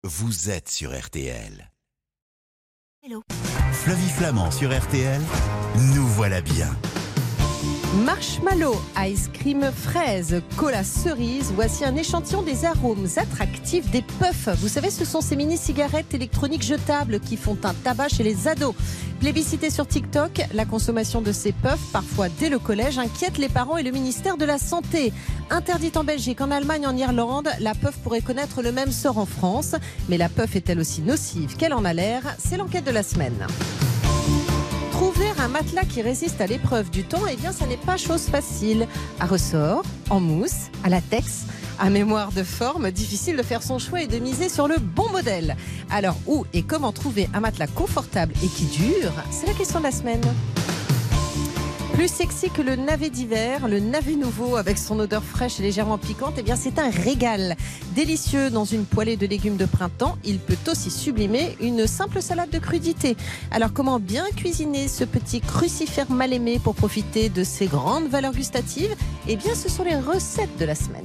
vous êtes sur RTL. Hello. Flavie Flamand sur RTL, nous voilà bien. Marshmallow, ice cream fraise, cola cerise, voici un échantillon des arômes attractifs des puffs. Vous savez, ce sont ces mini-cigarettes électroniques jetables qui font un tabac chez les ados. Plébiscité sur TikTok, la consommation de ces puffs, parfois dès le collège, inquiète les parents et le ministère de la Santé. Interdite en Belgique, en Allemagne, en Irlande, la puff pourrait connaître le même sort en France. Mais la puff est-elle aussi nocive qu'elle en a l'air? C'est l'enquête de la semaine. Trouver un matelas qui résiste à l'épreuve du temps, eh bien, ça n'est pas chose facile. À ressort, en mousse, à latex, à mémoire de forme, difficile de faire son choix et de miser sur le bon modèle. Alors, où et comment trouver un matelas confortable et qui dure? C'est la question de la semaine. Plus sexy que le navet d'hiver, le navet nouveau avec son odeur fraîche et légèrement piquante, eh bien c'est un régal. Délicieux dans une poêlée de légumes de printemps, il peut aussi sublimer une simple salade de crudité. Alors comment bien cuisiner ce petit crucifère mal aimé pour profiter de ses grandes valeurs gustatives? Eh bien ce sont les recettes de la semaine.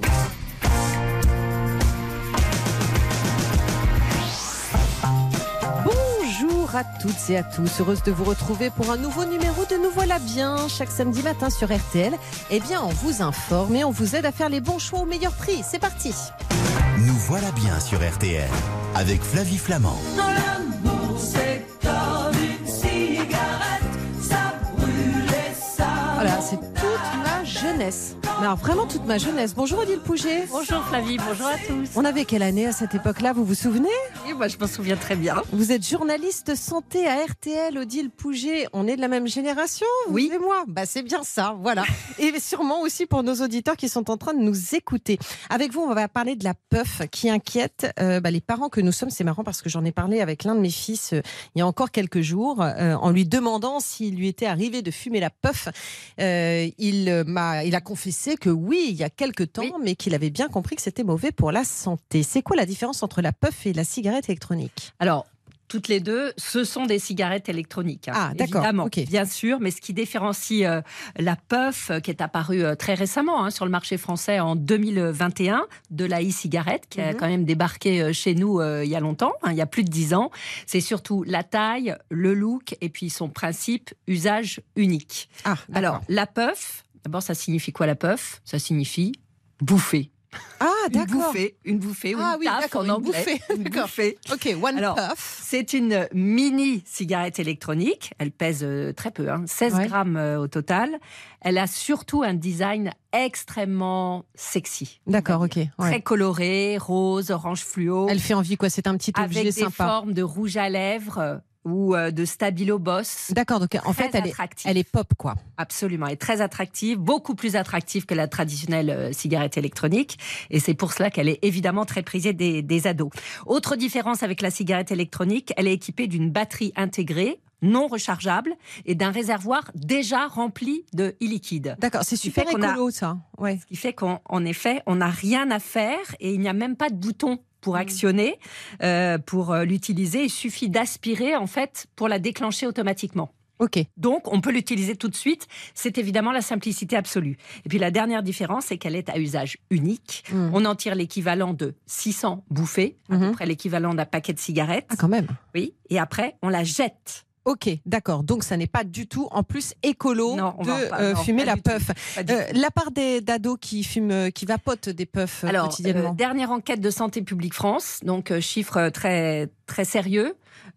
Bonjour à toutes et à tous, heureuse de vous retrouver pour un nouveau numéro de Nous voilà bien. Chaque samedi matin sur RTL, eh bien on vous informe et on vous aide à faire les bons choix au meilleur prix. C'est parti. Nous voilà bien sur RTL, avec Flavie Flamand. Dans l'amour, c'est comme une cigarette, ça brûle et ça... Voilà, c'est toute ma jeunesse. Alors vraiment toute ma jeunesse. Bonjour Odile Pouget. Bonjour Flavie, bonjour à tous. On avait quelle année à cette époque-là, vous vous souvenez? Oui, moi je m'en souviens très bien. Vous êtes journaliste santé à RTL, Odile Pouget. On est de la même génération, vous Oui. et moi. Bah, c'est bien ça, voilà. Et sûrement aussi pour nos auditeurs qui sont en train de nous écouter. Avec vous, on va parler de la puff qui inquiète les parents que nous sommes. C'est marrant parce que j'en ai parlé avec l'un de mes fils il y a encore quelques jours en lui demandant s'il lui était arrivé de fumer la puff. Il a confessé que oui, il y a quelques temps, mais qu'il avait bien compris que c'était mauvais pour la santé. C'est quoi la différence entre la puff et la cigarette électronique? Alors, toutes les deux, ce sont des cigarettes électroniques. Ah, d'accord. Évidemment, Ok. bien sûr. Mais ce qui différencie la puff, qui est apparue très récemment sur le marché français en 2021, de la e-cigarette, qui a quand même débarqué chez nous il y a longtemps, il y a plus de 10 ans, c'est surtout la taille, le look et puis son principe, usage unique. Ah, Alors, la puff, d'abord, ça signifie quoi la puff? Ça signifie bouffer. Ah, d'accord. Une bouffée ou Ah une oui, taf d'accord, en une anglais. bouffée. Une D'accord. bouffée. Ok, one Alors, puff. c'est une mini cigarette électronique. Elle pèse très peu, 16 Ouais. grammes au total. Elle a surtout un design extrêmement sexy. D'accord, ok. Ouais. Très coloré, rose, orange fluo. Elle fait envie, quoi. C'est un petit objet avec des sympa. formes de rouge à lèvres ou de stabilo boss. D'accord, donc en Très fait, attractive. elle est pop, quoi. Absolument, elle est très attractive, beaucoup plus attractive que la traditionnelle cigarette électronique. Et c'est pour cela qu'elle est évidemment très prisée des ados. Autre différence avec la cigarette électronique, elle est équipée d'une batterie intégrée, non rechargeable, et d'un réservoir déjà rempli de e-liquide. D'accord, c'est qui super fait qu'on a- écolo, ça. Ouais. Ce qui fait qu'en effet, on n'a rien à faire et il n'y a même pas de bouton pour actionner, pour l'utiliser. Il suffit d'aspirer, en fait, pour la déclencher automatiquement. Ok. Donc, on peut l'utiliser tout de suite. C'est évidemment la simplicité absolue. Et puis, la dernière différence, c'est qu'elle est à usage unique. On en tire l'équivalent de 600 bouffées, à peu près l'équivalent d'un paquet de cigarettes. Ah, quand même. Oui. Et après, on la jette. Ok, d'accord. Donc, ça n'est pas du tout, en plus, écolo Non, on va de pas- non, fumer pas la du tout. puff. Pas du tout. La part d'ados qui fument, qui vapotent des puffs Alors, quotidiennement. dernière enquête de Santé publique France, donc chiffre très, très sérieux.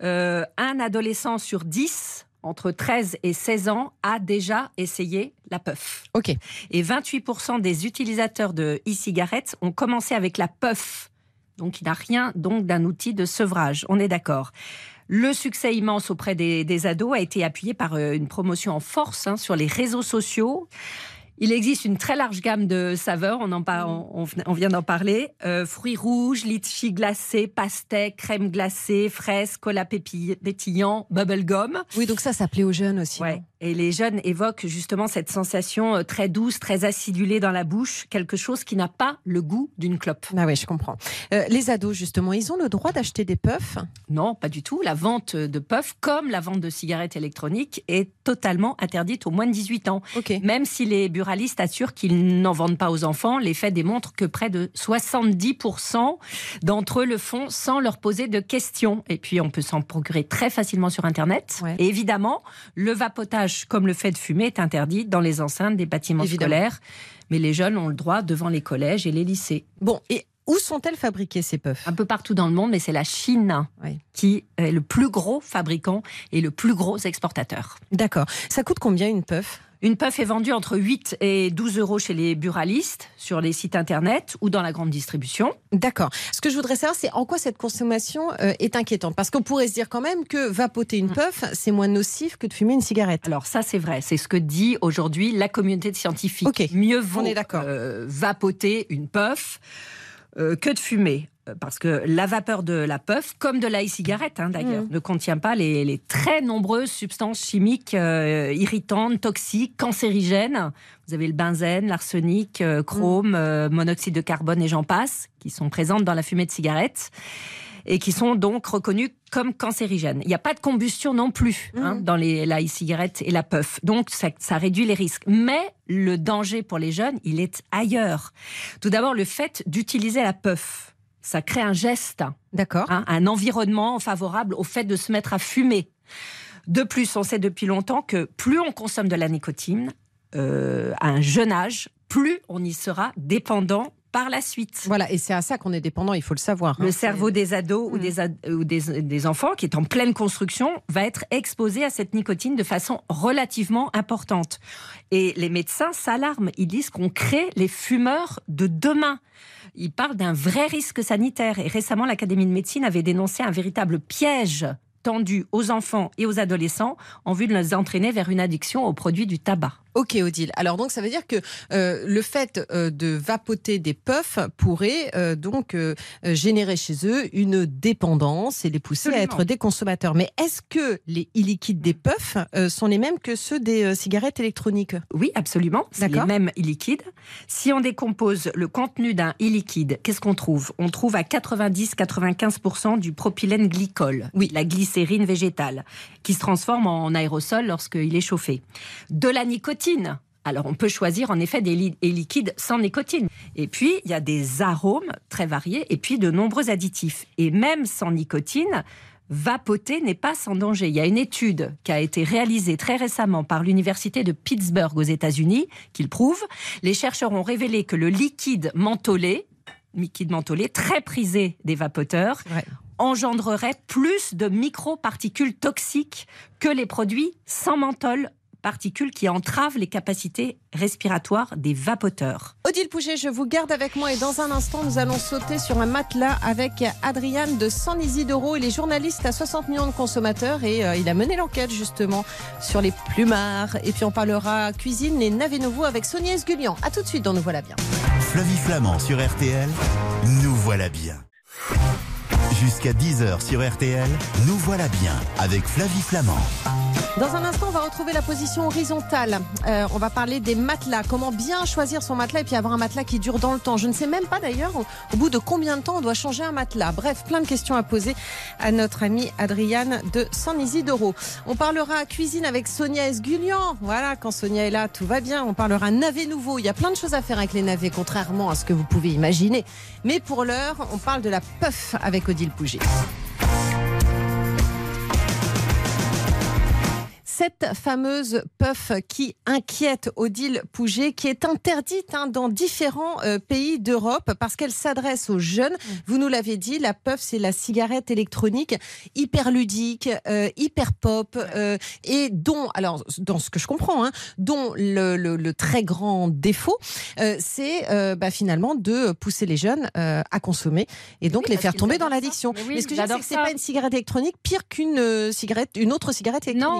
Un adolescent sur 10, entre 13 et 16 ans, a déjà essayé la puff. Ok. Et 28% des utilisateurs de e-cigarettes ont commencé avec la puff. Donc, il n'a rien donc d'un outil de sevrage. On est d'accord. Le succès immense auprès des ados a été appuyé par une promotion en force sur les réseaux sociaux. Il existe une très large gamme de saveurs, on vient d'en parler. Fruits rouges, litchi glacé, pastèque, crème glacée, fraises, cola pétillant, bubblegum. Oui, donc ça plaît aux jeunes aussi. Ouais. hein. Et les jeunes évoquent justement cette sensation très douce, très acidulée dans la bouche, quelque chose qui n'a pas le goût d'une clope. Ah oui, je comprends. Les ados, justement, ils ont le droit d'acheter des puffs ? Non, pas du tout. La vente de puffs, comme la vente de cigarettes électroniques, est totalement interdite aux moins de 18 ans. Ok. Même si les buralistes assurent qu'ils n'en vendent pas aux enfants, les faits démontrent que près de 70% d'entre eux le font sans leur poser de questions. Et puis, on peut s'en procurer très facilement sur Internet. Ouais. Et évidemment, le vapotage, comme le fait de fumer, est interdit dans les enceintes des bâtiments scolaires. Mais les jeunes ont le droit devant les collèges et les lycées. Bon, et où sont-elles fabriquées, ces puffs ? Un peu partout dans le monde, mais c'est la Chine qui est le plus gros fabricant et le plus gros exportateur. D'accord. Ça coûte combien une puff ? Une puff est vendue entre 8 et 12 euros chez les buralistes, sur les sites internet ou dans la grande distribution. D'accord. Ce que je voudrais savoir, c'est en quoi cette consommation est inquiétante. Parce qu'on pourrait se dire quand même que vapoter une puff, c'est moins nocif que de fumer une cigarette. Alors ça, c'est vrai. C'est ce que dit aujourd'hui la communauté de scientifiques. Ok. Mieux vaut On est d'accord. vapoter une puff que de fumer. Parce que la vapeur de la puff, comme de la e-cigarette d'ailleurs, ne contient pas les très nombreuses substances chimiques irritantes, toxiques, cancérigènes. Vous avez le benzène, l'arsenic, chrome, monoxyde de carbone et j'en passe, qui sont présentes dans la fumée de cigarette et qui sont donc reconnues comme cancérigènes. Il n'y a pas de combustion non plus dans la e-cigarette et la puff. Donc ça réduit les risques. Mais le danger pour les jeunes, il est ailleurs. Tout d'abord, le fait d'utiliser la puff. Ça crée un geste, un environnement favorable au fait de se mettre à fumer. De plus, on sait depuis longtemps que plus on consomme de la nicotine à un jeune âge, plus on y sera dépendant par la suite. Voilà, et c'est à ça qu'on est dépendant, il faut le savoir. Le cerveau des ados ou des enfants qui est en pleine construction va être exposé à cette nicotine de façon relativement importante. Et les médecins s'alarment, ils disent qu'on crée les fumeurs de demain. Ils parlent d'un vrai risque sanitaire. Et récemment, l'Académie de médecine avait dénoncé un véritable piège tendu aux enfants et aux adolescents en vue de les entraîner vers une addiction aux produits du tabac. Ok Odile, alors donc ça veut dire que le fait de vapoter des puffs pourrait donc générer chez eux une dépendance et les pousser à être des consommateurs. Mais est-ce que les e-liquides des puffs sont les mêmes que ceux des cigarettes électroniques ? Oui, absolument, c'est les mêmes e-liquides. Si on décompose le contenu d'un e-liquide, qu'est-ce qu'on trouve ? On trouve à 90-95% du propylène glycol, la glycérine végétale, qui se transforme en aérosol lorsqu'il est chauffé. De la nicotine. Alors, on peut choisir en effet des liquides sans nicotine. Et puis, il y a des arômes très variés et puis de nombreux additifs. Et même sans nicotine, vapoter n'est pas sans danger. Il y a une étude qui a été réalisée très récemment par l'université de Pittsburgh aux États-Unis qui le prouve. Les chercheurs ont révélé que le liquide mentholé, très prisé des vapoteurs, engendrerait plus de microparticules toxiques que les produits sans menthol, particules qui entravent les capacités respiratoires des vapoteurs. Odile Pouget, je vous garde avec moi et dans un instant, nous allons sauter sur un matelas avec Adriane de San Isidoro. Il est journaliste à 60 millions de consommateurs et il a mené l'enquête justement sur les plumards. Et puis on parlera cuisine et navets nouveaux avec Sonia Esgulian. A tout de suite dans Nous Voilà Bien. Flavie Flamand sur RTL, Nous Voilà Bien. Jusqu'à 10h sur RTL, Nous Voilà Bien avec Flavie Flamand. Dans un instant, on va retrouver la position horizontale. On va parler des matelas. Comment bien choisir son matelas et puis avoir un matelas qui dure dans le temps. Je ne sais même pas d'ailleurs au bout de combien de temps on doit changer un matelas. Bref, plein de questions à poser à notre amie Adriane de San Isidoro. On parlera cuisine avec Sonia Esgulian. Voilà, quand Sonia est là, tout va bien. On parlera navets nouveaux. Il y a plein de choses à faire avec les navets, contrairement à ce que vous pouvez imaginer. Mais pour l'heure, on parle de la puff avec Odile Pouget. Cette fameuse puff qui inquiète Odile Pouget, qui est interdite dans différents pays d'Europe parce qu'elle s'adresse aux jeunes. Vous nous l'avez dit, la puff, c'est la cigarette électronique hyper ludique, hyper pop, et dont, alors dans ce que je comprends, dont le très grand défaut, c'est finalement de pousser les jeunes à consommer et donc les faire tomber dans l'addiction. Mais ce que je dis, c'est que c'est pas une cigarette électronique pire qu'une autre cigarette électronique. Non, ce n'est pas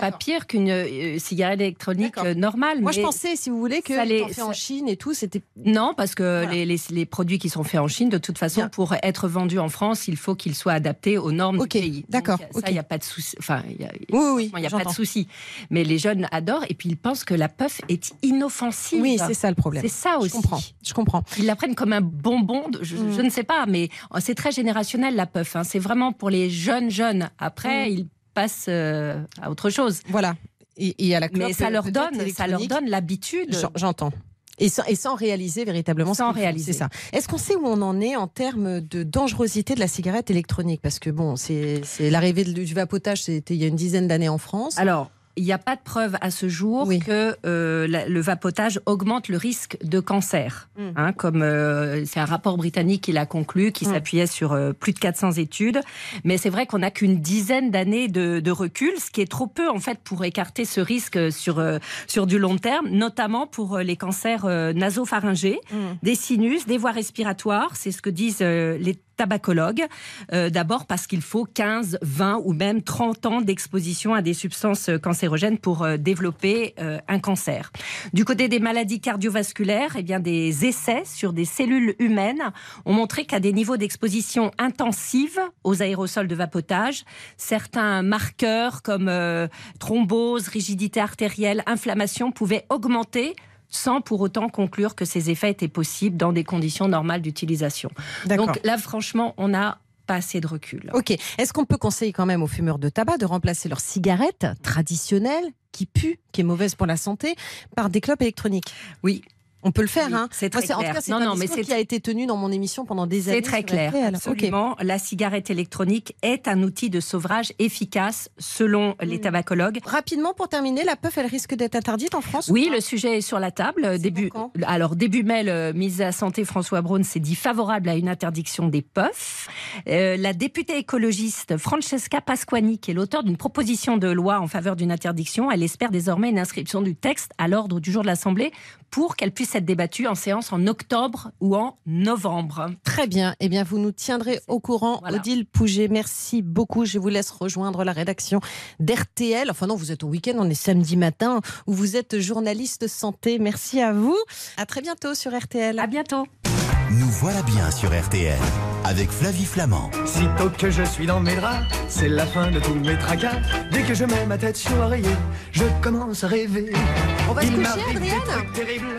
pas pire qu'une cigarette électronique normale. Moi, mais je pensais, si vous voulez, que fait en Chine et tout, c'était... Non, parce que les produits qui sont faits en Chine, de toute façon, pour être vendus en France, il faut qu'ils soient adaptés aux normes du pays. D'accord. Donc, ça, il n'y a pas de souci. Enfin, il n'y a pas de souci. Mais les jeunes adorent et puis ils pensent que la puff est inoffensive. Oui, c'est ça le problème. C'est ça aussi. Je comprends. Ils la prennent comme un bonbon, je ne sais pas, mais c'est très générationnel la puff. Hein. C'est vraiment pour les jeunes. Après, ils passent à autre chose. Voilà. Et à la clope, mais ça leur donne l'habitude. J'entends. Et sans réaliser véritablement c'est ça. Est-ce qu'on sait où on en est en termes de dangerosité de la cigarette électronique? Parce que bon, c'est l'arrivée du vapotage, c'était il y a une dizaine d'années en France. Alors, il n'y a pas de preuve à ce jour que le vapotage augmente le risque de cancer. Comme c'est un rapport britannique qui l'a conclu, qui s'appuyait sur plus de 400 études. Mais c'est vrai qu'on n'a qu'une dizaine d'années de recul, ce qui est trop peu en fait pour écarter ce risque sur du long terme, notamment pour les cancers nasopharyngés, des sinus, des voies respiratoires. C'est ce que disent les tabacologues. D'abord parce qu'il faut 15, 20 ou même 30 ans d'exposition à des substances cancérogènes pour développer un cancer. Du côté des maladies cardiovasculaires, eh bien, des essais sur des cellules humaines ont montré qu'à des niveaux d'exposition intensive aux aérosols de vapotage, certains marqueurs comme thrombose, rigidité artérielle, inflammation pouvaient augmenter sans pour autant conclure que ces effets étaient possibles dans des conditions normales d'utilisation. Donc là, franchement, on n'a pas assez de recul. Ok. Est-ce qu'on peut conseiller quand même aux fumeurs de tabac de remplacer leur cigarette traditionnelle, qui pue, qui est mauvaise pour la santé, par des clopes électroniques? Oui. On peut le faire, hein. C'est très clair. En tout cas, c'est un discours qui a été tenu dans mon émission pendant des années. C'est très clair, absolument. La cigarette électronique est un outil de sevrage efficace selon les tabacologues. Rapidement, pour terminer, la puff, elle risque d'être interdite en France? Oui, le sujet est sur la table. Début mai, le ministre de la Santé, François Braun, s'est dit favorable à une interdiction des puffs. La députée écologiste Francesca Pasquani, qui est l'auteure d'une proposition de loi en faveur d'une interdiction, elle espère désormais une inscription du texte à l'ordre du jour de l'Assemblée pour qu'elle puisse être débattue en séance en octobre ou en novembre. Très bien. Eh bien, vous nous tiendrez au courant. Voilà. Odile Pouget, merci beaucoup. Je vous laisse rejoindre la rédaction d'RTL. Enfin non, vous êtes au week-end, on est samedi matin, où vous êtes journaliste santé. Merci à vous. À très bientôt sur RTL. À bientôt. Nous voilà bien sur RTL avec Flavie Flamand. Sitôt que je suis dans mes draps, c'est la fin de tous mes tracas. Dès que je mets ma tête sur l'oreiller, je commence à rêver. On va se coucher, Adrienne?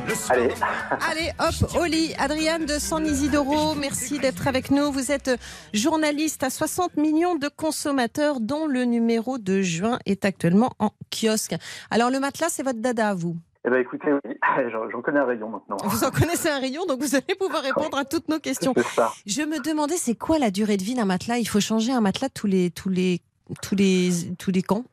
Allez, hop, au lit. Adrienne de San Isidoro, merci d'être avec nous. Vous êtes journaliste à 60 millions de consommateurs, dont le numéro de juin est actuellement en kiosque. Alors, le matelas, c'est votre dada à vous? Eh bien, écoutez, oui, j'en connais un rayon maintenant. Vous en connaissez un rayon, donc vous allez pouvoir répondre à toutes nos questions. C'est ça. Je me demandais, c'est quoi la durée de vie d'un matelas? Il faut changer un matelas tous les quand?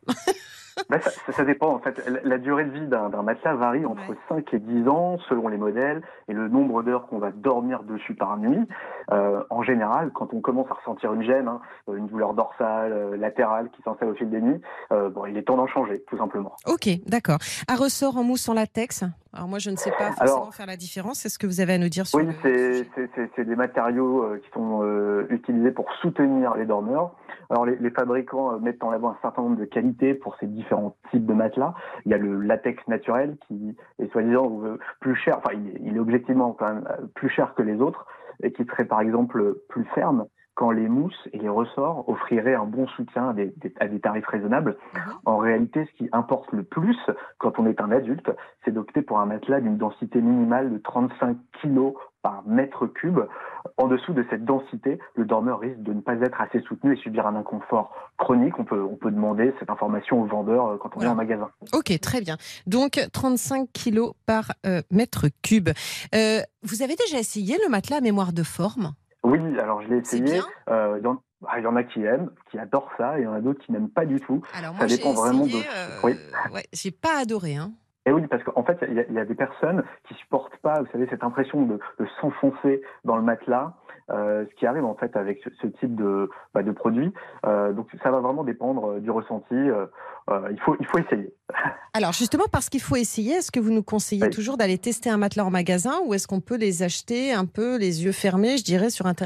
Ça dépend en fait. La durée de vie d'un matelas varie entre 5 et 10 ans selon les modèles et le nombre d'heures qu'on va dormir dessus par nuit. En général, quand on commence à ressentir une gêne, une douleur dorsale, latérale qui s'installe au fil des nuits, il est temps d'en changer, tout simplement. Ok, d'accord. À ressort en mousse en latex? Alors moi, je ne sais pas forcément faire la différence. Est-ce que vous avez à nous dire sur le sujet? C'est des matériaux qui sont utilisés pour soutenir les dormeurs. Alors les fabricants mettent en avant un certain nombre de qualités pour ces différents types de matelas. Il y a le latex naturel qui est soi-disant plus cher, enfin il est objectivement quand même plus cher que les autres et qui serait par exemple plus ferme quand les mousses et les ressorts offriraient un bon soutien à des tarifs raisonnables. En réalité, ce qui importe le plus quand on est un adulte, c'est d'opter pour un matelas d'une densité minimale de 35 kg par mètre cube. En dessous de cette densité, le dormeur risque de ne pas être assez soutenu et subir un inconfort chronique. On peut demander cette information au vendeur quand on est en magasin. Ok, très bien. Donc 35 kg par mètre cube. Vous avez déjà essayé le matelas à mémoire de forme ? Oui, alors je l'ai essayé. Il y en a qui aiment, qui adorent ça, et il y en a d'autres qui n'aiment pas du tout. Alors moi, ça dépend vraiment de. Oui. J'ai pas adoré, hein. Et oui, parce qu'en fait, il y a des personnes qui supportent pas, vous savez, cette impression de s'enfoncer dans le matelas, ce qui arrive en fait avec ce type de produit. Donc ça va vraiment dépendre du ressenti. Il faut essayer. Alors justement, parce qu'il faut essayer, est-ce que vous nous conseillez toujours d'aller tester un matelas en magasin ou est-ce qu'on peut les acheter un peu les yeux fermés, je dirais, sur Internet ?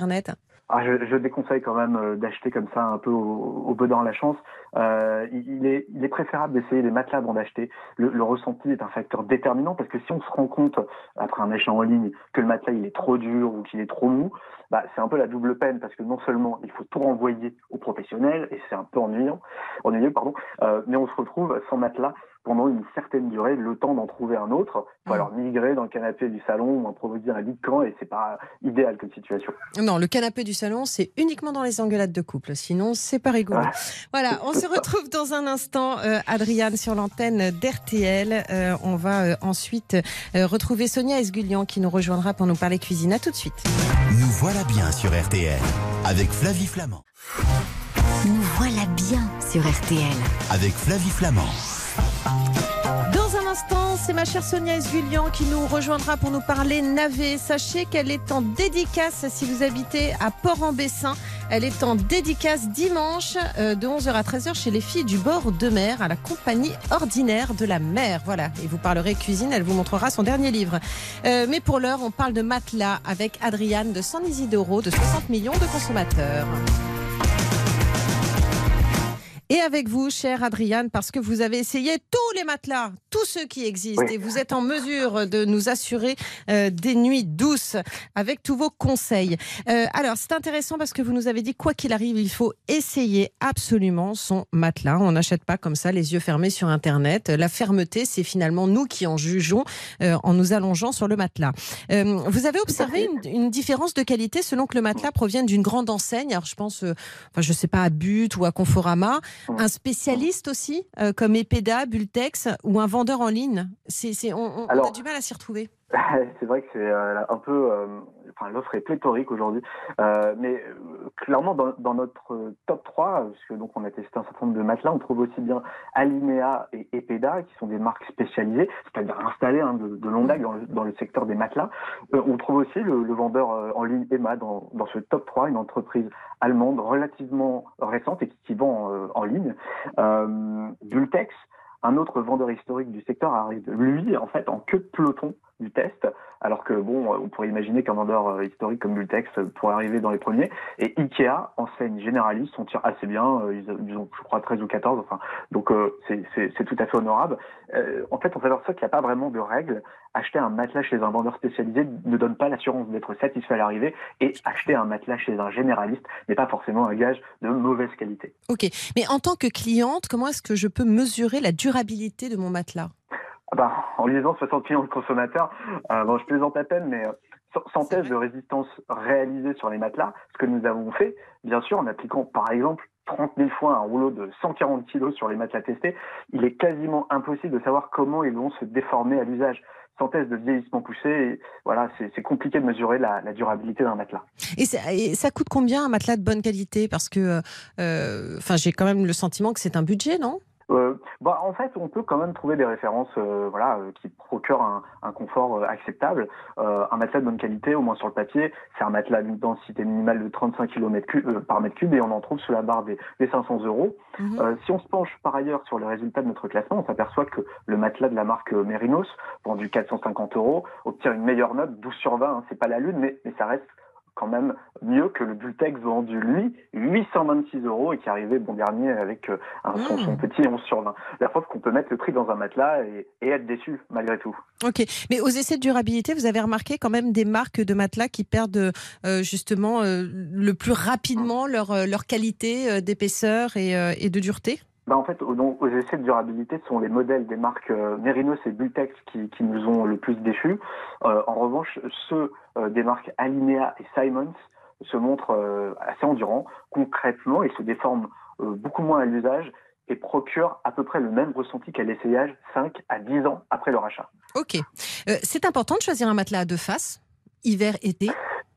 Je déconseille quand même d'acheter comme ça un peu au beurre dans la chance. Il est préférable d'essayer les matelas avant d'acheter. Le ressenti est un facteur déterminant parce que si on se rend compte après un achat en ligne que le matelas il est trop dur ou qu'il est trop mou, c'est un peu la double peine parce que non seulement il faut tout renvoyer aux professionnels et c'est un peu ennuyeux, mais on se retrouve sans matelas pendant une certaine durée, le temps d'en trouver un autre. Il faut alors migrer dans le canapé du salon ou improviser un lit de camp et c'est pas idéal comme situation. Non, le canapé du salon, c'est uniquement dans les engueulades de couple. Sinon, c'est pas rigolo. Voilà, on se retrouve dans un instant, Adriane, sur l'antenne d'RTL. On va ensuite retrouver Sonia Esgulian qui nous rejoindra pour nous parler cuisine. À tout de suite. Nous voilà bien sur RTL avec Flavie Flamand. Nous voilà bien sur RTL. Avec Flavie Flamand. Dans un instant, c'est ma chère Sonia Esgulian qui nous rejoindra pour nous parler navet. Sachez qu'elle est en dédicace si vous habitez à Port-en-Bessin. Elle est en dédicace dimanche de 11h à 13h chez les filles du bord de mer à la compagnie ordinaire de la mer. Voilà, et vous parlerez cuisine, elle vous montrera son dernier livre. Mais pour l'heure, on parle de matelas avec Adriane de San Isidoro de 60 millions de consommateurs. Et avec vous, chère Adriane, parce que vous avez essayé tous les matelas, tous ceux qui existent, et vous êtes en mesure de nous assurer des nuits douces avec tous vos conseils. Alors, c'est intéressant parce que vous nous avez dit, quoi qu'il arrive, il faut essayer absolument son matelas. On n'achète pas comme ça, les yeux fermés sur Internet. La fermeté, c'est finalement nous qui en jugeons en nous allongeant sur le matelas. Vous avez observé une différence de qualité selon que le matelas provienne d'une grande enseigne. Alors, je pense, je sais pas, à But ou à Conforama. Un spécialiste aussi, comme Epeda, Bultex, ou un vendeur en ligne. On a du mal à s'y retrouver. C'est vrai que c'est un peu... l'offre est pléthorique aujourd'hui. Mais clairement, dans notre top 3, parce que donc on a testé un certain nombre de matelas, on trouve aussi bien Alinea et Epeda, qui sont des marques spécialisées, c'est-à-dire installées de longue date dans le secteur des matelas. On trouve aussi le vendeur en ligne Emma dans ce top 3, une entreprise allemande relativement récente et qui vend en ligne. Bultex, un autre vendeur historique du secteur, arrive, lui, en fait, en queue de peloton du test, alors que, on pourrait imaginer qu'un vendeur historique comme Bultex pourrait arriver dans les premiers. Et Ikea, enseigne généraliste, s'en tire assez bien. Ils ont, je crois, 13 ou 14. Donc, c'est tout à fait honorable. En fait, on s'aperçoit qu'il n'y a pas vraiment de règles. Acheter un matelas chez un vendeur spécialisé ne donne pas l'assurance d'être satisfait à l'arrivée. Et acheter un matelas chez un généraliste n'est pas forcément un gage de mauvaise qualité. Ok. Mais en tant que cliente, comment est-ce que je peux mesurer la durabilité de mon matelas ? En lisant 60 millions de consommateurs, je plaisante à peine, mais sans test de résistance réalisée sur les matelas, ce que nous avons fait, bien sûr, en appliquant par exemple 30 000 fois un rouleau de 140 kg sur les matelas testés, il est quasiment impossible de savoir comment ils vont se déformer à l'usage. Sans test de vieillissement poussé, c'est compliqué de mesurer la durabilité d'un matelas. Et ça coûte combien un matelas de bonne qualité ? Parce que j'ai quand même le sentiment que c'est un budget, non ? En fait, on peut quand même trouver des références qui procurent un confort acceptable. Un matelas de bonne qualité, au moins sur le papier, c'est un matelas d'une densité minimale de 35 kg par mètre cube et on en trouve sous la barre des 500 €. Si on se penche par ailleurs sur les résultats de notre classement, on s'aperçoit que le matelas de la marque Merinos, vendu 450 €, obtient une meilleure note, 12 sur 20. C'est pas la lune, mais ça reste quand même mieux que le Bultex vendu, lui, 826 € et qui arrivait dernier avec son petit 11 sur 20. La preuve qu'on peut mettre le prix dans un matelas et être déçu malgré tout. Ok, mais aux essais de durabilité, vous avez remarqué quand même des marques de matelas qui perdent justement le plus rapidement leur qualité d'épaisseur et de dureté ? En fait, aux essais de durabilité, ce sont les modèles des marques Merinos et Bultex qui nous ont le plus déçus. En revanche, ceux des marques Alinea et Simons se montrent assez endurants. Concrètement, ils se déforment beaucoup moins à l'usage et procurent à peu près le même ressenti qu'à l'essayage 5 à 10 ans après leur achat. Ok. C'est important de choisir un matelas à deux faces, hiver-été ?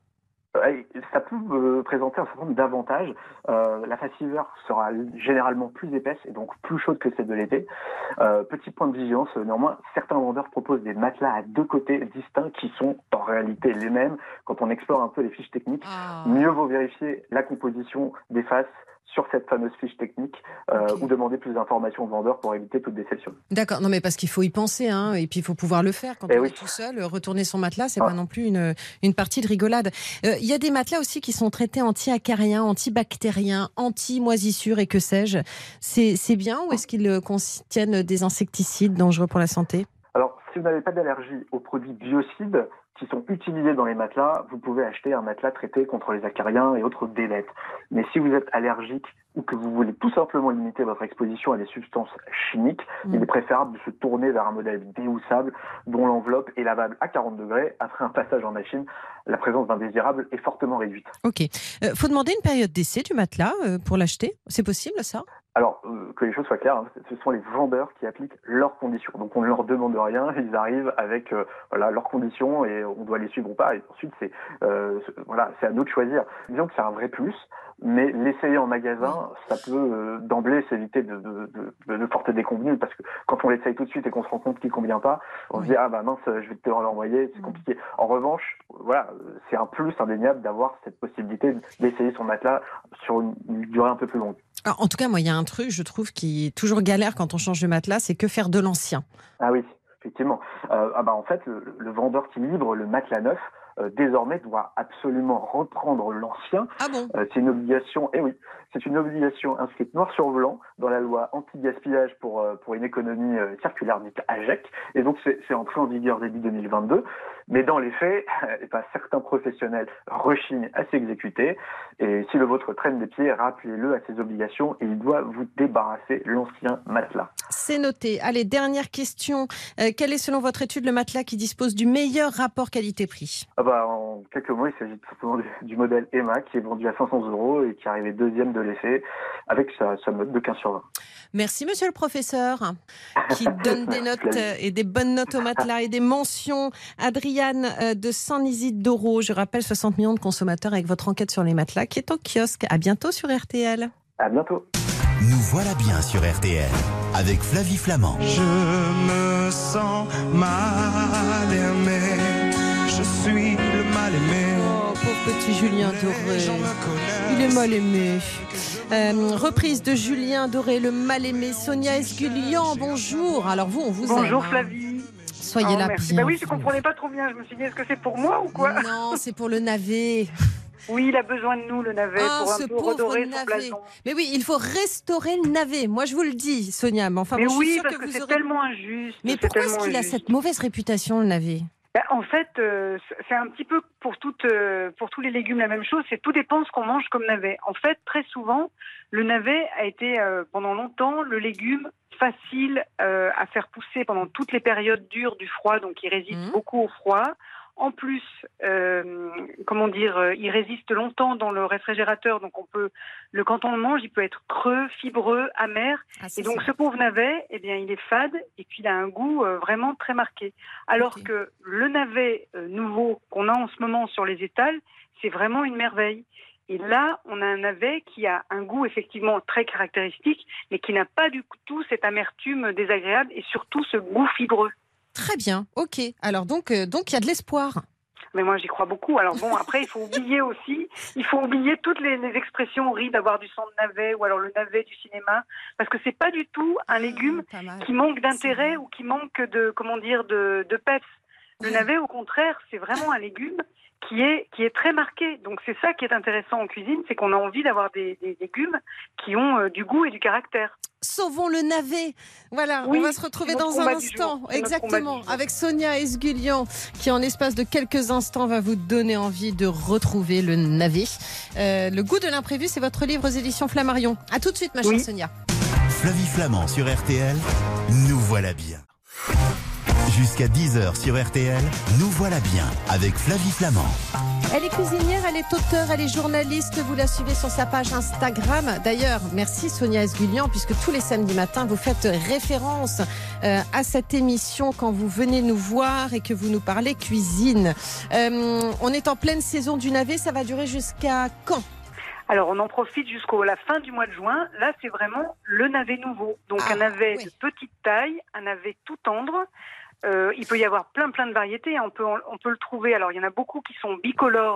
Ça peut présenter un certain nombre d'avantages. La face hiver sera généralement plus épaisse et donc plus chaude que celle de l'été. Petit point de vigilance, néanmoins, certains vendeurs proposent des matelas à deux côtés distincts qui sont en réalité les mêmes. Quand on explore un peu les fiches techniques, mieux vaut vérifier la composition des faces sur cette fameuse fiche technique ou demander plus d'informations au vendeur pour éviter toute déception. D'accord, non mais parce qu'il faut y penser, hein, et puis il faut pouvoir le faire quand on est tout seul. Retourner son matelas, c'est pas non plus une partie de rigolade. Il y a des matelas aussi qui sont traités anti-acariens, antibactériens, anti-moisissures et que sais-je. C'est bien ou est-ce qu'ils contiennent des insecticides dangereux pour la santé ? Alors, si vous n'avez pas d'allergie aux produits biocides qui sont utilisés dans les matelas, vous pouvez acheter un matelas traité contre les acariens et autres bébêtes. Mais si vous êtes allergique ou que vous voulez tout simplement limiter votre exposition à des substances chimiques, il est préférable de se tourner vers un modèle déhoussable dont l'enveloppe est lavable à 40 degrés. Après un passage en machine, la présence d'indésirables est fortement réduite. Ok. Faut demander une période d'essai du matelas pour l'acheter ? C'est possible ça ? Alors, que les choses soient claires, ce sont les vendeurs qui appliquent leurs conditions. Donc, on ne leur demande rien, ils arrivent avec leurs conditions et on doit les suivre ou pas. Et ensuite, c'est à nous de choisir. Disons que c'est un vrai plus, mais l'essayer en magasin, ça peut d'emblée s'éviter de fortes déconvenues parce que quand on l'essaye tout de suite et qu'on se rend compte qu'il ne convient pas, on se dit ah bah mince, je vais te l'envoyer, c'est compliqué. En revanche, c'est un plus indéniable d'avoir cette possibilité d'essayer son matelas sur une durée un peu plus longue. Alors, en tout cas, moi, il y a un truc, je trouve, qui est toujours galère quand on change de matelas, c'est que faire de l'ancien. Ah oui, effectivement. En fait, le vendeur qui livre le matelas neuf, désormais, doit absolument reprendre l'ancien. Ah bon ? C'est une obligation, c'est une obligation inscrite noir sur blanc dans la loi anti-gaspillage pour une économie circulaire dite AGEC. Et donc, c'est entré en vigueur début 2022. Mais dans les faits, certains professionnels rechignent à s'exécuter. Et si le vôtre traîne des pieds, rappelez-le à ses obligations et il doit vous débarrasser l'ancien matelas. C'est noté. Allez, dernière question. Quel est, selon votre étude, le matelas qui dispose du meilleur rapport qualité-prix ? En quelques mots, il s'agit tout simplement du modèle Emma qui est vendu à 500 € et qui est arrivé deuxième de l'essai avec sa note de 15 sur 20. Merci, monsieur le professeur, qui donne des notes et des bonnes notes au matelas et des mentions. Adriane de Saint-Nizy-d'Oro, je rappelle 60 millions de consommateurs avec votre enquête sur les matelas qui est au kiosque. À bientôt sur RTL. À bientôt. Nous voilà bien sur RTL avec Flavie Flamand. Je me sens mal aimé, je suis le mal aimé. Oh, pauvre petit Julien Doré. Il est mal aimé. Reprise de Julien Doré, le mal aimé. Sonia Esgulian, bonjour. Alors vous, on vous aime. Bonjour Flavie. Soyez là merci. bien. Oui, je ne comprenais pas trop bien. Je me suis dit, est-ce que c'est pour moi ou quoi ? Non, c'est pour le navet. Oui, il a besoin de nous, le navet, pour un peu redorer son blason. Mais oui, il faut restaurer le navet. Moi, je vous le dis, Sonia. Mais enfin, mais bon, oui, je suis sûre parce que que vous c'est aurez... tellement injuste. Mais pourquoi est-ce qu'il a cette mauvaise réputation, le navet ? En fait, c'est un petit peu pour tous les légumes la même chose. C'est tout dépend ce qu'on mange comme navet. En fait, très souvent, le navet a été pendant longtemps le légume facile à faire pousser pendant toutes les périodes dures du froid, donc il résiste beaucoup au froid. En plus, il résiste longtemps dans le réfrigérateur, donc quand on le mange, il peut être creux, fibreux, amer. Et donc ce pauvre navet, il est fade et puis il a un goût vraiment très marqué. Alors que le navet nouveau qu'on a en ce moment sur les étals, c'est vraiment une merveille. Et là, on a un navet qui a un goût effectivement très caractéristique, mais qui n'a pas du tout cette amertume désagréable et surtout ce goût fibreux. Très bien, ok. Alors donc il y a de l'espoir. Mais moi, j'y crois beaucoup. Alors bon, après, il faut oublier toutes les expressions horribles d'avoir du sang de navet ou alors le navet du cinéma, parce que c'est pas du tout un légume qui manque d'intérêt ou qui manque de peps. Le navet, au contraire, c'est vraiment un légume qui est très marqué. Donc c'est ça qui est intéressant en cuisine, c'est qu'on a envie d'avoir des légumes qui ont du goût et du caractère. Sauvons le navet. Voilà, oui, on va se retrouver dans un instant. Exactement, avec Sonia Esgulian, qui en l'espace de quelques instants va vous donner envie de retrouver le navet. Le goût de l'imprévu, c'est votre livre aux éditions Flammarion. À tout de suite, ma chère Sonia. Flavie Flamand sur RTL, nous voilà bien. Jusqu'à 10h sur RTL, nous voilà bien avec Flavie Flamand. Elle est cuisinière, elle est auteure, elle est journaliste. Vous la suivez sur sa page Instagram. D'ailleurs, merci Sonia Esgulian, puisque tous les samedis matins, vous faites référence à cette émission quand vous venez nous voir et que vous nous parlez cuisine. On est en pleine saison du navet, ça va durer jusqu'à quand ? Alors, on en profite jusqu'à la fin du mois de juin. Là, c'est vraiment le navet nouveau. Donc, un navet de petite taille, un navet tout tendre. Il peut y avoir plein de variétés. On peut le trouver. Alors, il y en a beaucoup qui sont bicolores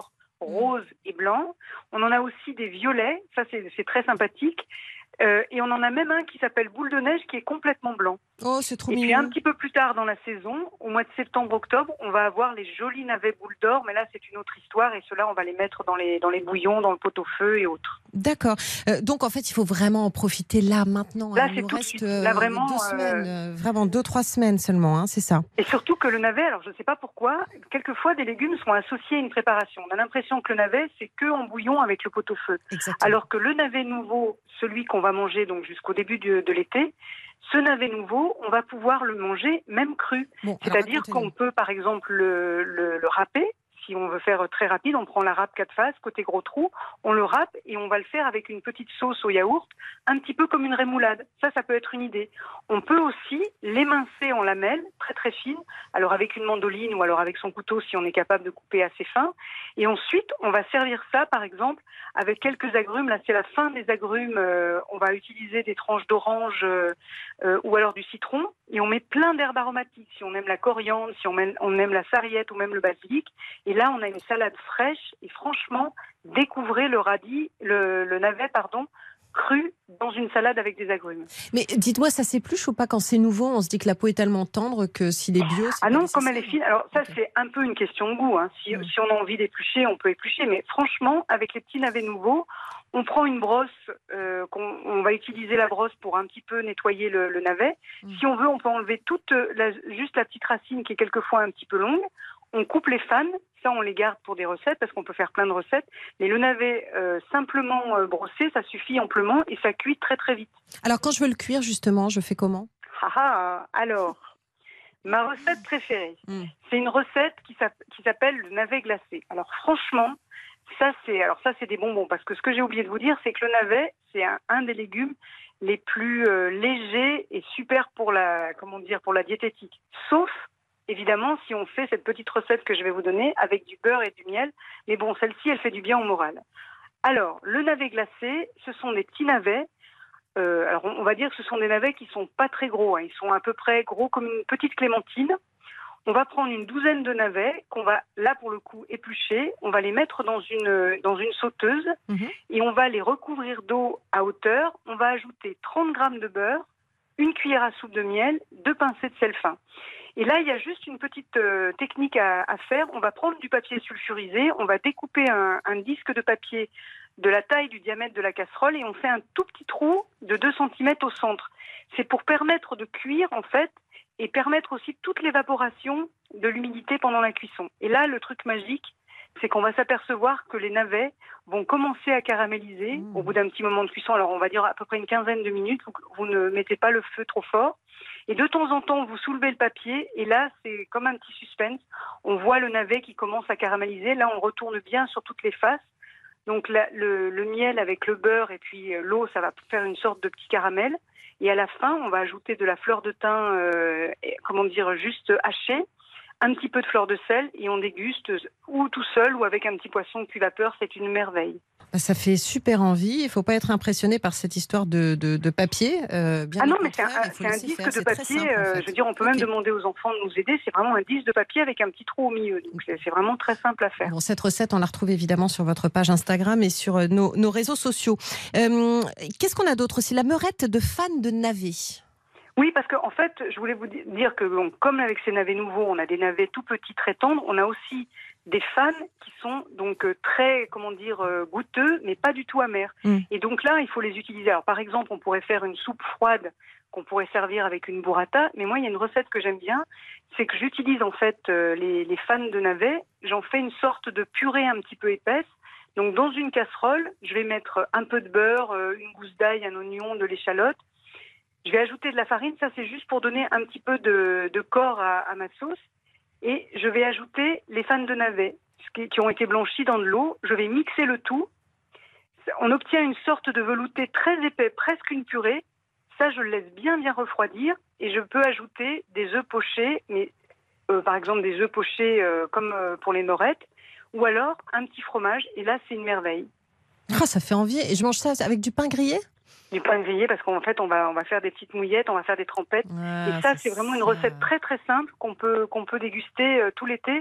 rose et blanc. On en a aussi des violets, ça c'est très sympathique. Et on en a même un qui s'appelle boule de neige qui est complètement blanc. Oh, c'est trop mignon. Et puis un petit peu plus tard dans la saison, au mois de septembre-octobre, on va avoir les jolis navets boules d'or, mais là c'est une autre histoire et ceux-là on va les mettre dans les bouillons, dans le pot-au-feu et autres. D'accord. Donc en fait il faut vraiment en profiter là, maintenant. Là Il c'est nous tout de reste suite. Là vraiment, 2 semaines, vraiment 2-3 semaines seulement, hein, c'est ça. Et surtout que le navet, alors je ne sais pas pourquoi, quelquefois des légumes sont associés à une préparation. On a l'impression que le navet c'est que en bouillon avec le pot-au-feu. Exactement. Alors que le navet nouveau, celui qu'on va manger donc jusqu'au début de l'été, ce navet nouveau, on va pouvoir le manger même cru. Bon, C'est-à-dire qu'on peut par exemple le râper. Si on veut faire très rapide, on prend la râpe 4 faces, côté gros trou, on le râpe et on va le faire avec une petite sauce au yaourt, un petit peu comme une rémoulade. Ça peut être une idée. On peut aussi l'émincer en lamelles, très très fines, alors avec une mandoline ou alors avec son couteau si on est capable de couper assez fin. Et ensuite, on va servir ça par exemple avec quelques agrumes. Là, c'est la fin des agrumes. On va utiliser des tranches d'orange ou alors du citron et on met plein d'herbes aromatiques. Si on aime la coriandre, si on aime la sarriette ou même le basilic. Et là, on a une salade fraîche et franchement, découvrez le radis, le navet, cru dans une salade avec des agrumes. Mais dites-moi, ça s'épluche ou pas quand c'est nouveau? On se dit que la peau est tellement tendre que s'il est bio, c'est Ah non, pas comme elle est nécessaire. fine. Alors ça, Ok. c'est un peu une question de goût. Hein. Si on a envie d'éplucher, on peut éplucher. Mais franchement, avec les petits navets nouveaux, on prend une brosse, on va utiliser la brosse pour un petit peu nettoyer le navet. Si on veut, on peut enlever juste la petite racine qui est quelquefois un petit peu longue. On coupe les fanes, ça on les garde pour des recettes parce qu'on peut faire plein de recettes. Mais le navet simplement brossé, ça suffit amplement et ça cuit très très vite. Alors quand je veux le cuire justement, je fais comment? Alors, ma recette préférée, c'est une recette qui s'appelle le navet glacé. Alors franchement, ça c'est des bonbons parce que ce que j'ai oublié de vous dire, c'est que le navet, c'est un des légumes les plus légers et super pour la diététique. Sauf évidemment, si on fait cette petite recette que je vais vous donner avec du beurre et du miel, mais bon, celle-ci, elle fait du bien au moral. Alors, le navet glacé, ce sont des petits navets. Alors, on va dire que ce sont des navets qui sont pas très gros. Hein. Ils sont à peu près gros comme une petite clémentine. On va prendre une douzaine de navets qu'on va, là pour le coup, éplucher. On va les mettre dans une sauteuse et on va les recouvrir d'eau à hauteur. On va ajouter 30 grammes de beurre, une cuillère à soupe de miel, 2 pincées de sel fin. Et là, il y a juste une petite technique à faire. On va prendre du papier sulfurisé, on va découper un disque de papier de la taille du diamètre de la casserole et on fait un tout petit trou de 2 cm au centre. C'est pour permettre de cuire, en fait, et permettre aussi toute l'évaporation de l'humidité pendant la cuisson. Et là, le truc magique, c'est qu'on va s'apercevoir que les navets vont commencer à caraméliser au bout d'un petit moment de cuisson. Alors, on va dire à peu près une quinzaine de minutes. Vous ne mettez pas le feu trop fort. Et de temps en temps, vous soulevez le papier. Et là, c'est comme un petit suspense. On voit le navet qui commence à caraméliser. Là, on retourne bien sur toutes les faces. Donc, le miel avec le beurre et puis l'eau, ça va faire une sorte de petit caramel. Et à la fin, on va ajouter de la fleur de thym, juste hachée. Un petit peu de fleur de sel et on déguste ou tout seul ou avec un petit poisson cuit vapeur, c'est une merveille. Ça fait super envie. Il ne faut pas être impressionné par cette histoire de papier. Bien non, mais c'est un disque de papier. Simple, en fait. Je veux dire, on peut même demander aux enfants de nous aider. C'est vraiment un disque de papier avec un petit trou au milieu. Donc c'est vraiment très simple à faire. Bon, cette recette, on la retrouve évidemment sur votre page Instagram et sur nos réseaux sociaux. Qu'est-ce qu'on a d'autre aussi? La meurette de fan de navet. Oui, parce qu'en fait, je voulais vous dire que comme avec ces navets nouveaux, on a des navets tout petits, très tendres, on a aussi des fans qui sont donc très, goûteux, mais pas du tout amers. Et donc là, il faut les utiliser. Alors par exemple, on pourrait faire une soupe froide qu'on pourrait servir avec une burrata, mais moi, il y a une recette que j'aime bien, c'est que j'utilise en fait les fans de navets, j'en fais une sorte de purée un petit peu épaisse. Donc dans une casserole, je vais mettre un peu de beurre, une gousse d'ail, un oignon, de l'échalote. Je vais ajouter de la farine, ça c'est juste pour donner un petit peu de corps à ma sauce. Et je vais ajouter les fans de navets qui ont été blanchis dans de l'eau. Je vais mixer le tout. On obtient une sorte de velouté très épais, presque une purée. Ça, je le laisse bien refroidir. Et je peux ajouter des œufs pochés, mais par exemple des œufs pochés comme pour les morettes. Ou alors un petit fromage. Et là, c'est une merveille. Oh, ça fait envie. Et je mange ça avec du pain grillé? Du pain grillé parce qu'en fait on va faire des petites mouillettes, on va faire des trempettes et ça c'est vraiment une recette très très simple qu'on peut déguster tout l'été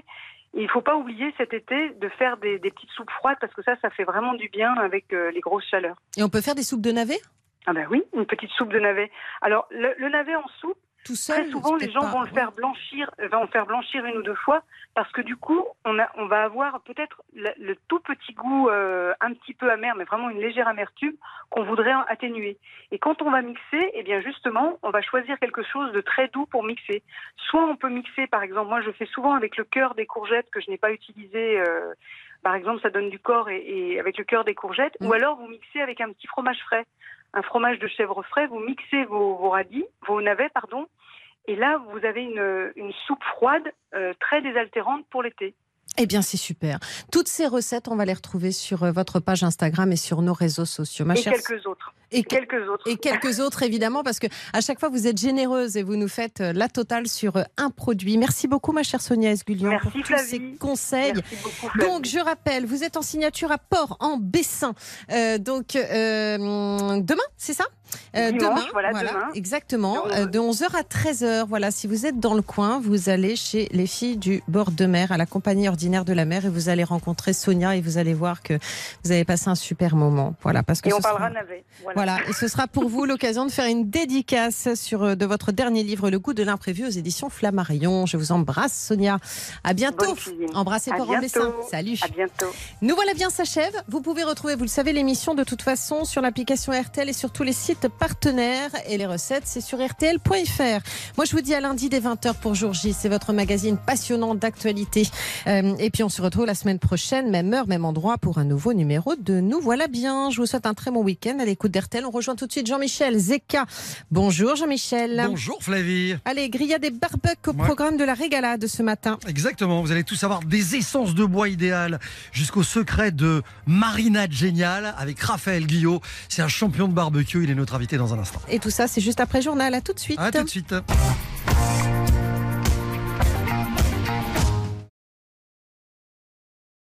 Et il ne faut pas oublier cet été de faire des petites soupes froides parce que ça fait vraiment du bien avec les grosses chaleurs. Et on peut faire des soupes de navets? Ah ben oui, une petite soupe de navet. Alors le navet en soupe, tout seul, très souvent les gens vont le faire blanchir, une ou deux fois parce que du coup on va avoir peut-être le tout petit goût un petit peu amer, mais vraiment une légère amertume qu'on voudrait atténuer. Et quand on va mixer, eh bien justement on va choisir quelque chose de très doux pour mixer. Soit on peut mixer, par exemple, moi je fais souvent avec le cœur des courgettes que je n'ai pas utilisé. Par exemple, ça donne du corps et avec le cœur des courgettes. Ou alors vous mixez avec un petit fromage frais. Un fromage de chèvre frais, vous mixez vos navets, et là, vous avez une soupe froide très désaltérante pour l'été. Eh bien, c'est super. Toutes ces recettes, on va les retrouver sur votre page Instagram et sur nos réseaux sociaux. Quelques autres. Et quelques autres, évidemment, parce que à chaque fois, vous êtes généreuse et vous nous faites la totale sur un produit. Merci beaucoup, ma chère Sonia Esgulian, pour tous ces conseils. Merci beaucoup, Flavie. Donc, je rappelle, vous êtes en signature à Port, en Bessin. Demain, c'est ça? Dimanche, demain. Exactement. De 11h à 13h. Voilà, si vous êtes dans le coin, vous allez chez les filles du bord de mer, à la compagnie ordinaire de la mer, et vous allez rencontrer Sonia et vous allez voir que vous avez passé un super moment. Voilà, parce que et on parlera navet. Voilà, et ce sera pour vous l'occasion de faire une dédicace de votre dernier livre, Le goût de l'imprévu, aux éditions Flammarion. Je vous embrasse, Sonia. À bientôt. Embrassez Port en Bessin. Salut. À bientôt. Nous voilà bien s'achève. Vous pouvez retrouver, vous le savez, l'émission de toute façon sur l'application RTL et sur tous les sites partenaires. Et les recettes, c'est sur rtl.fr. Moi, je vous dis à lundi dès 20h pour Jour J. C'est votre magazine passionnant d'actualité. Et puis, on se retrouve la semaine prochaine, même heure, même endroit, pour un nouveau numéro de Nous voilà bien. Je vous souhaite un très bon week-end à l'écoute d'RTL. On rejoint tout de suite Jean-Michel Zeka. Bonjour Jean-Michel. Bonjour Flavie. Allez, grillade et barbecue au programme de la régalade ce matin. Exactement, vous allez tous avoir des essences de bois idéales jusqu'au secret de marinade géniale avec Raphaël Guillot. C'est un champion de barbecue, il est notre invité dans un instant. Et tout ça, c'est juste après journal. À tout de suite. À tout de suite.